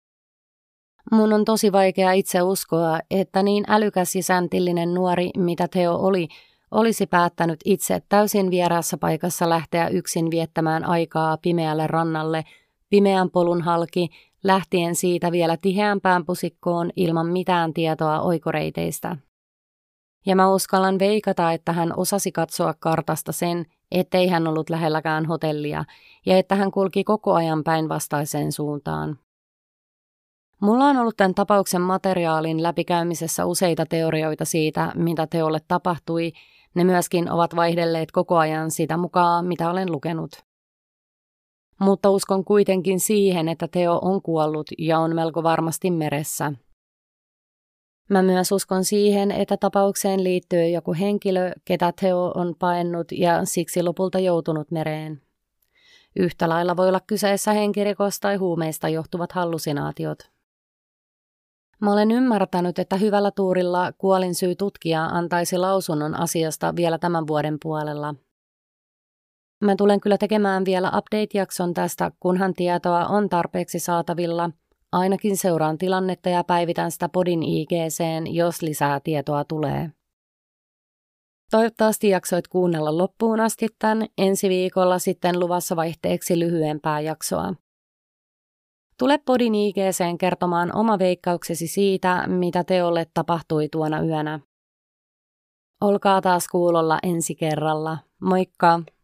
Mun on tosi vaikea itse uskoa, että niin älykäs ja säntillinen nuori, mitä Theo oli, olisi päättänyt itse täysin vieraassa paikassa lähteä yksin viettämään aikaa pimeälle rannalle, pimeän polun halki, lähtien siitä vielä tiheämpään pusikkoon ilman mitään tietoa oikoreiteistä. Ja mä uskallan veikata, että hän osasi katsoa kartasta sen, ettei hän ollut lähelläkään hotellia ja että hän kulki koko ajan päinvastaiseen suuntaan. Mulla on ollut tämän tapauksen materiaalin läpikäymisessä useita teorioita siitä, mitä Theolle tapahtui, Ne myöskin ovat vaihdelleet koko ajan sitä mukaan, mitä olen lukenut. Mutta uskon kuitenkin siihen, että Teo on kuollut ja on melko varmasti meressä. Mä myös uskon siihen, että tapaukseen liittyy joku henkilö, ketä Teo on paennut ja siksi lopulta joutunut mereen. Yhtä lailla voi olla kyseessä henkirikos tai huumeista johtuvat hallusinaatiot. Mä olen ymmärtänyt, että hyvällä tuurilla kuolinsyytutkija antaisi lausunnon asiasta vielä tämän vuoden puolella. Mä tulen kyllä tekemään vielä update-jakson tästä, kunhan tietoa on tarpeeksi saatavilla. Ainakin seuraan tilannetta ja päivitän sitä podin I G:seen, jos lisää tietoa tulee. Toivottavasti jaksoit kuunnella loppuun asti tämän. Ensi viikolla sitten luvassa vaihteeksi lyhyempää jaksoa. Tule podin I G:seen kertomaan oma veikkauksesi siitä, mitä Teolle tapahtui tuona yönä. Olkaa taas kuulolla ensi kerralla. Moikka!